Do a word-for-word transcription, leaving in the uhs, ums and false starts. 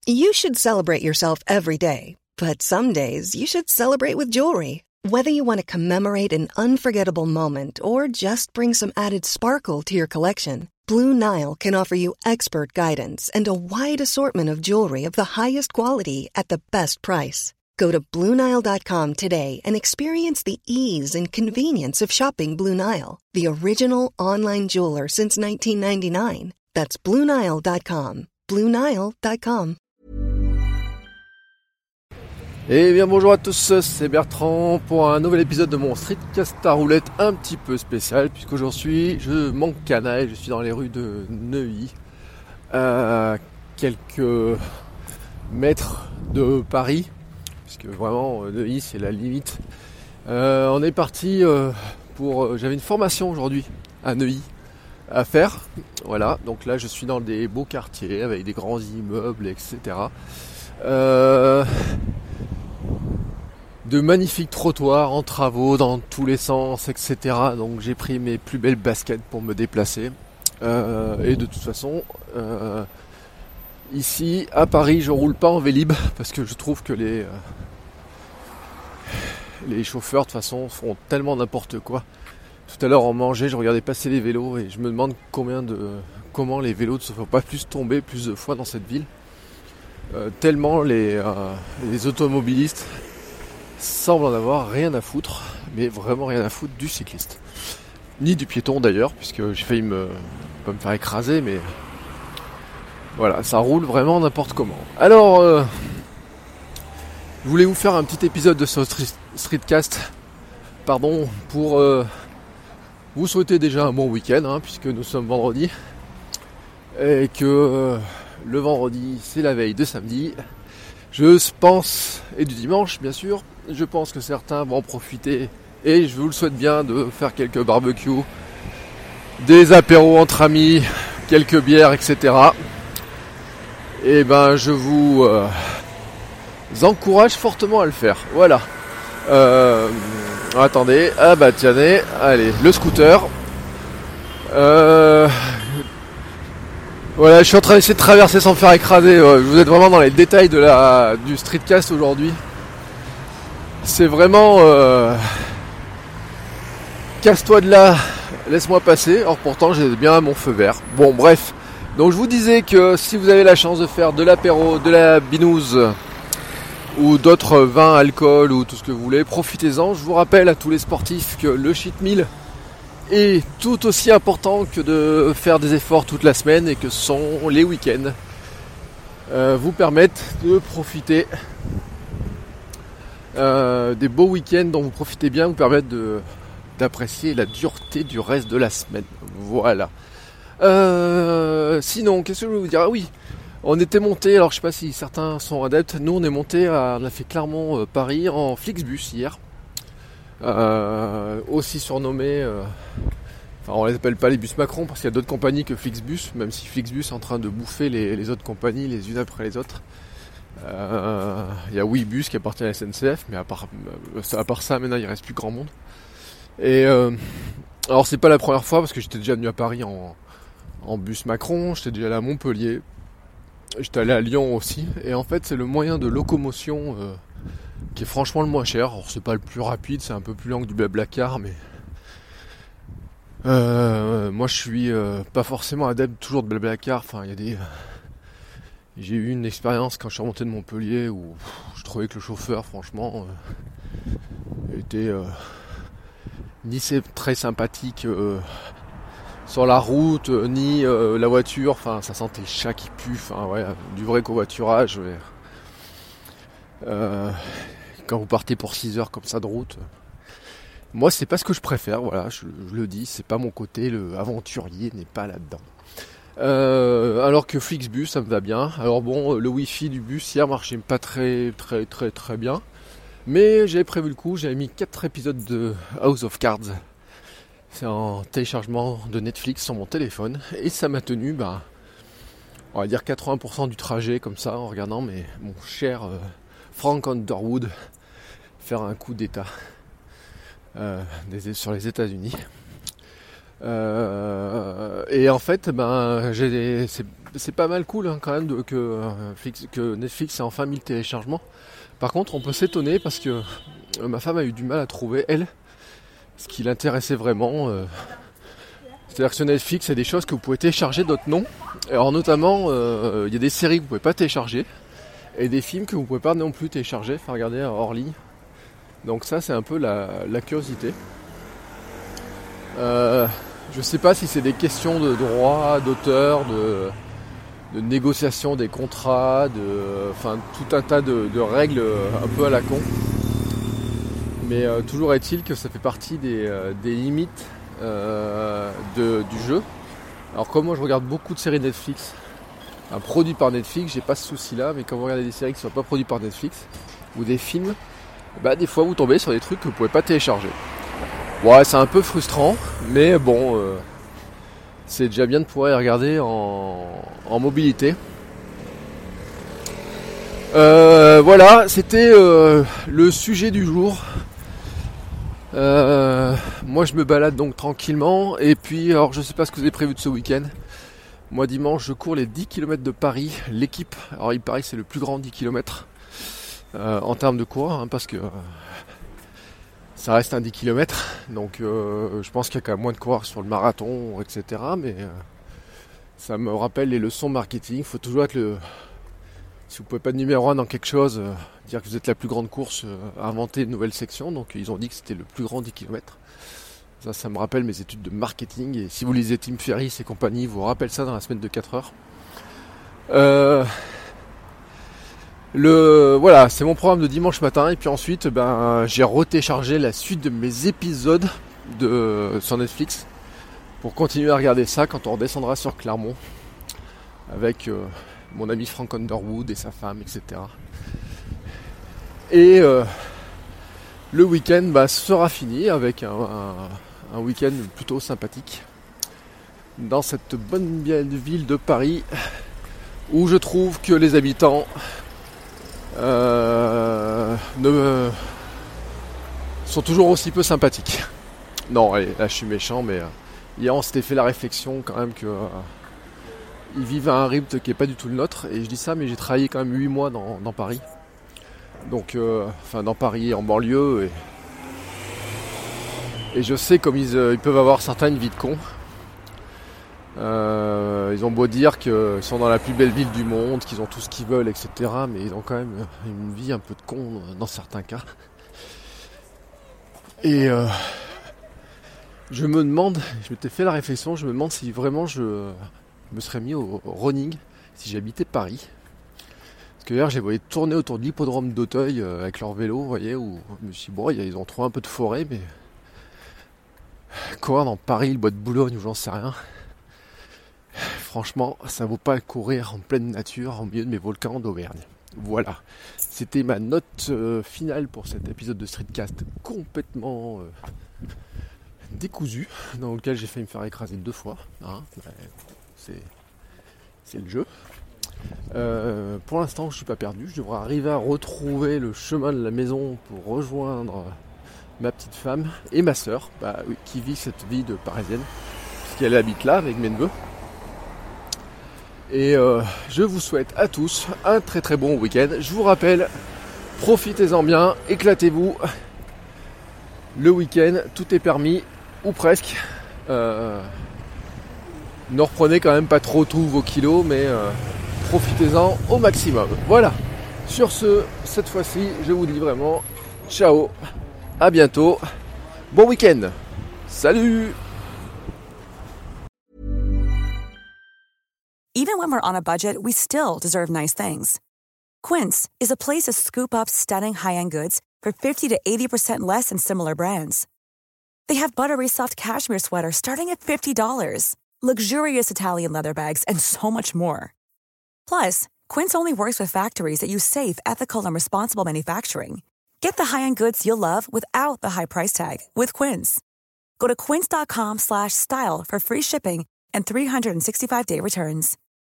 You should celebrate yourself every day, but some days you should celebrate with jewelry. Whether you want to commemorate an unforgettable moment or just bring some added sparkle to your collection, Blue Nile can offer you expert guidance and a wide assortment of jewelry of the highest quality at the best price. Go to Blue Nile dot com today and experience the ease and convenience of shopping Blue Nile, the original online jeweler since nineteen ninety-nine. That's Blue Nile dot com. Blue Nile dot com. Eh bien bonjour à tous, c'est Bertrand pour un nouvel épisode de mon Streetcast à roulette un petit peu spécial, puisqu'aujourd'hui je manque canaille, je suis dans les rues de Neuilly, à quelques mètres de Paris, puisque vraiment Neuilly c'est la limite. Euh, on est parti euh, pour, j'avais une formation aujourd'hui à Neuilly à faire, voilà, donc là je suis dans des beaux quartiers avec des grands immeubles, et cetera. Euh, de magnifiques trottoirs en travaux dans tous les sens, et cetera. Donc j'ai pris mes plus belles baskets pour me déplacer. Euh, et de toute façon, euh, ici à Paris, je roule pas en Vélib parce que je trouve que les euh, les chauffeurs de toute façon font tellement n'importe quoi. Tout à l'heure on mangeait, je regardais passer les vélos et je me demande combien de comment les vélos ne se font pas plus tomber plus de fois dans cette ville. Euh, tellement les, euh, les automobilistes semblent en avoir rien à foutre, mais vraiment rien à foutre du cycliste. Ni du piéton d'ailleurs, puisque j'ai failli me, pas me faire écraser, mais voilà, ça roule vraiment n'importe comment. Alors, euh, je voulais vous faire un petit épisode de ce Streetcast, pardon, pour euh, vous souhaiter déjà un bon week-end, hein, puisque nous sommes vendredi, et que euh, le vendredi c'est la veille de samedi, je pense, et du dimanche bien sûr, je pense que certains vont en profiter, et je vous le souhaite bien, de faire quelques barbecues, des apéros entre amis, quelques bières, et cetera. Et ben je vous euh, encourage fortement à le faire, voilà. Euh, attendez, ah bah tiens, allez, le scooter. Euh... Voilà, je suis en train d'essayer de traverser sans me faire écraser. Vous êtes vraiment dans les détails de la du streetcast aujourd'hui. C'est vraiment euh... casse-toi de là, laisse-moi passer. Or pourtant j'ai bien mon feu vert. Bon bref. Donc je vous disais que si vous avez la chance de faire de l'apéro, de la binouse ou d'autres vins, alcool ou tout ce que vous voulez, profitez-en. Je vous rappelle à tous les sportifs que le cheat meal est tout aussi important que de faire des efforts toute la semaine, et que ce sont les week-ends euh, vous permettent de profiter euh, des beaux week-ends dont vous profitez bien, vous permettent de, d'apprécier la dureté du reste de la semaine. Voilà. Euh, sinon, qu'est-ce que je voulais vous dire ? Ah oui, on était monté, alors je sais pas si certains sont adeptes, nous on est monté, à, on a fait Clermont-Paris en Flixbus hier. Euh, aussi surnommé, euh, enfin on les appelle pas les bus Macron parce qu'il y a d'autres compagnies que Flixbus, même si Flixbus est en train de bouffer les, les autres compagnies les unes après les autres. Euh, il y a Ouibus qui appartient à la S N C F, mais à part, à part ça maintenant il reste plus grand monde. Et euh, alors c'est pas la première fois parce que j'étais déjà venu à Paris en, en bus Macron, j'étais déjà allé à Montpellier, j'étais allé à Lyon aussi, et en fait c'est le moyen de locomotion euh, qui est franchement le moins cher. Alors c'est pas le plus rapide, c'est un peu plus lent que du Blablacar, mais euh, moi je suis euh, pas forcément adepte toujours de Blablacar. Enfin il y a des, j'ai eu une expérience quand je suis remonté de Montpellier où pff, je trouvais que le chauffeur franchement euh, était euh, ni c'est très sympathique euh, sur la route, euh, ni euh, la voiture. Enfin ça sentait le chat qui pue. Enfin ouais, du vrai covoiturage. Ouais. Euh, quand vous partez pour six heures comme ça de route, moi c'est pas ce que je préfère, voilà, je, je le dis, c'est pas mon côté, le aventurier n'est pas là-dedans. Euh, alors que Flixbus ça me va bien. Alors bon, le wifi du bus hier marchait pas très très très très bien, mais j'avais prévu le coup, j'avais mis quatre épisodes de House of Cards, c'est en téléchargement de Netflix sur mon téléphone, et ça m'a tenu, bah, on va dire quatre-vingts pour cent du trajet comme ça, en regardant mes, mon cher euh, Frank Underwood faire un coup d'état euh, des, sur les États-Unis. Euh, et en fait, ben, j'ai, c'est, c'est pas mal cool hein, quand même de, que, euh, que Netflix ait enfin mis le téléchargement. Par contre, on peut s'étonner parce que euh, ma femme a eu du mal à trouver, elle, ce qui l'intéressait vraiment. Euh, c'est-à-dire que sur Netflix, il y a des choses que vous pouvez télécharger, d'autres non. Alors notamment, euh, il y a des séries que vous pouvez pas télécharger et des films que vous pouvez pas non plus télécharger, enfin regarder hors ligne. Donc ça, c'est un peu la, la curiosité. Euh, je sais pas si c'est des questions de droit, d'auteur, de, de négociation des contrats, de, enfin tout un tas de, de règles un peu à la con. Mais euh, toujours est-il que ça fait partie des, euh, des limites euh, de, du jeu. Alors comme moi je regarde beaucoup de séries Netflix, un produit par Netflix, j'ai pas ce souci-là, mais quand vous regardez des séries qui ne sont pas produites par Netflix ou des films, bah des fois vous tombez sur des trucs que vous pouvez pas télécharger. Ouais, c'est un peu frustrant, mais bon, euh, c'est déjà bien de pouvoir y regarder en, en mobilité. Euh, voilà, c'était euh, le sujet du jour. Euh, moi je me balade donc tranquillement, et puis alors je sais pas ce que vous avez prévu de ce week-end. Moi dimanche je cours les dix kilomètres de Paris, l'équipe, alors il paraît que c'est le plus grand dix kilomètres euh, en termes de coureurs, hein, parce que... Euh, ça reste un dix kilomètres, donc euh, je pense qu'il y a quand même moins de coureurs sur le marathon, et cetera. Mais euh, ça me rappelle les leçons marketing. Il faut toujours être le... Si vous ne pouvez pas être numéro un dans quelque chose, euh, dire que vous êtes la plus grande course, euh, inventer une nouvelle section. Donc ils ont dit que c'était le plus grand dix kilomètres. Ça, ça me rappelle mes études de marketing. Et si vous lisez Tim Ferriss et compagnie, vous rappelle ça dans la semaine de quatre heures. Euh... Le voilà, c'est mon programme de dimanche matin, et puis ensuite ben j'ai retéléchargé la suite de mes épisodes de sur Netflix pour continuer à regarder ça quand on redescendra sur Clermont avec euh, mon ami Frank Underwood et sa femme, et cetera. Et euh, le week-end bah, sera fini avec un, un, un week-end plutôt sympathique dans cette bonne vieille ville de Paris où je trouve que les habitants Euh, ne, sont toujours aussi peu sympathiques. Non, allez, là je suis méchant, mais euh, hier on s'était fait la réflexion quand même que euh, ils vivent à un rythme qui est pas du tout le nôtre. Et je dis ça, mais j'ai travaillé quand même huit mois dans, dans Paris. Donc, euh, enfin dans Paris, en banlieue, et, et je sais comme ils, euh, ils peuvent avoir certains une vie de con. Euh, ils ont beau dire qu'ils sont dans la plus belle ville du monde, qu'ils ont tout ce qu'ils veulent, et cetera. Mais ils ont quand même une vie un peu de con dans certains cas. Et euh, je me demande, je m'étais fait la réflexion, je me demande si vraiment je me serais mis au running si j'habitais Paris. Parce que hier, je les voyais tourner autour de l'hippodrome d'Auteuil avec leur vélo, vous voyez, où je me suis dit, bon, ils ont trouvé un peu de forêt, mais courir dans Paris, le bois de Boulogne, ou j'en sais rien. Franchement, ça vaut pas courir en pleine nature, au milieu de mes volcans d'Auvergne. Voilà, c'était ma note euh, finale pour cet épisode de Streetcast complètement euh, décousu, dans lequel j'ai failli me faire écraser deux fois. Hein, c'est, c'est le jeu. Euh, pour l'instant, je suis pas perdu. Je devrais arriver à retrouver le chemin de la maison pour rejoindre ma petite femme et ma sœur, bah, oui, qui vit cette vie de parisienne, puisqu'elle habite là avec mes neveux. Et euh, je vous souhaite à tous un très très bon week-end. Je vous rappelle, profitez-en bien, éclatez-vous. Le week-end, tout est permis, ou presque. Euh, ne reprenez quand même pas trop tous vos kilos, mais euh, profitez-en au maximum. Voilà. Sur ce, cette fois-ci, je vous dis vraiment ciao, à bientôt, bon week-end. Salut! Even when we're on a budget, we still deserve nice things. Quince is a place to scoop up stunning high-end goods for fifty to eighty percent less than similar brands. They have buttery soft cashmere sweaters starting at fifty dollars, luxurious Italian leather bags, and so much more. Plus, Quince only works with factories that use safe, ethical, and responsible manufacturing. Get the high-end goods you'll love without the high price tag with Quince. Go to quince.com slash style for free shipping and three sixty-five day returns.